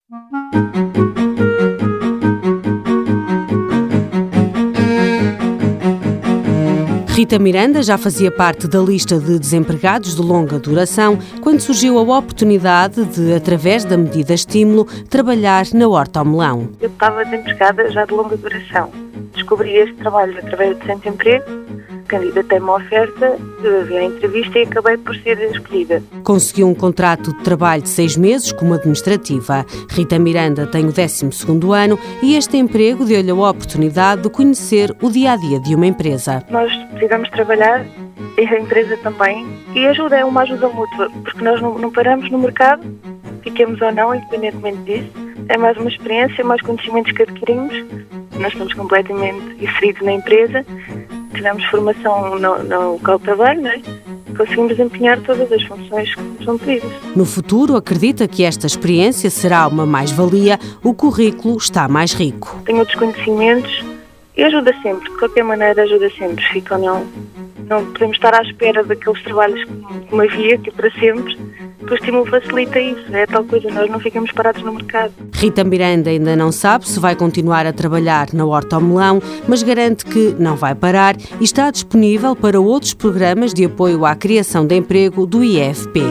Rita Miranda já fazia parte da lista de desempregados de longa duração quando surgiu a oportunidade de, através da medida estímulo, trabalhar na Horta ao Melão. Eu estava desempregada já de longa duração. Descobri este trabalho através do Centro de Emprego, candidatei uma oferta, vi a entrevista e acabei por ser escolhida. Conseguiu um contrato de trabalho de 6 meses como administrativa. Rita Miranda tem o 12º ano e este emprego deu-lhe a oportunidade de conhecer o dia-a-dia de uma empresa. Nós decidimos trabalhar, e a empresa também, e ajuda é uma ajuda mútua, porque nós não paramos no mercado, fiquemos ou não, independentemente disso. É mais uma experiência, mais conhecimentos que adquirimos. Nós estamos completamente inseridos na empresa, tivemos formação no local de trabalho, não é? Conseguimos desempenhar todas as funções que nos são pedidas. No futuro, acredita que esta experiência será uma mais-valia, o currículo está mais rico. Tenho outros conhecimentos e ajuda sempre, de qualquer maneira ajuda sempre, fica ou não. Não podemos estar à espera daqueles trabalhos como havia, que é para sempre. O estímulo facilita isso, é tal coisa, nós não ficamos parados no mercado. Rita Miranda ainda não sabe se vai continuar a trabalhar na Horta ao Melão, mas garante que não vai parar e está disponível para outros programas de apoio à criação de emprego do IFP.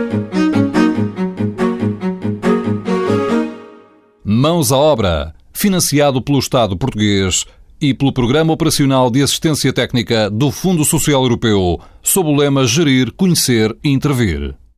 Mãos à obra, financiado pelo Estado português e pelo Programa Operacional de Assistência Técnica do Fundo Social Europeu, sob o lema Gerir, Conhecer e Intervir.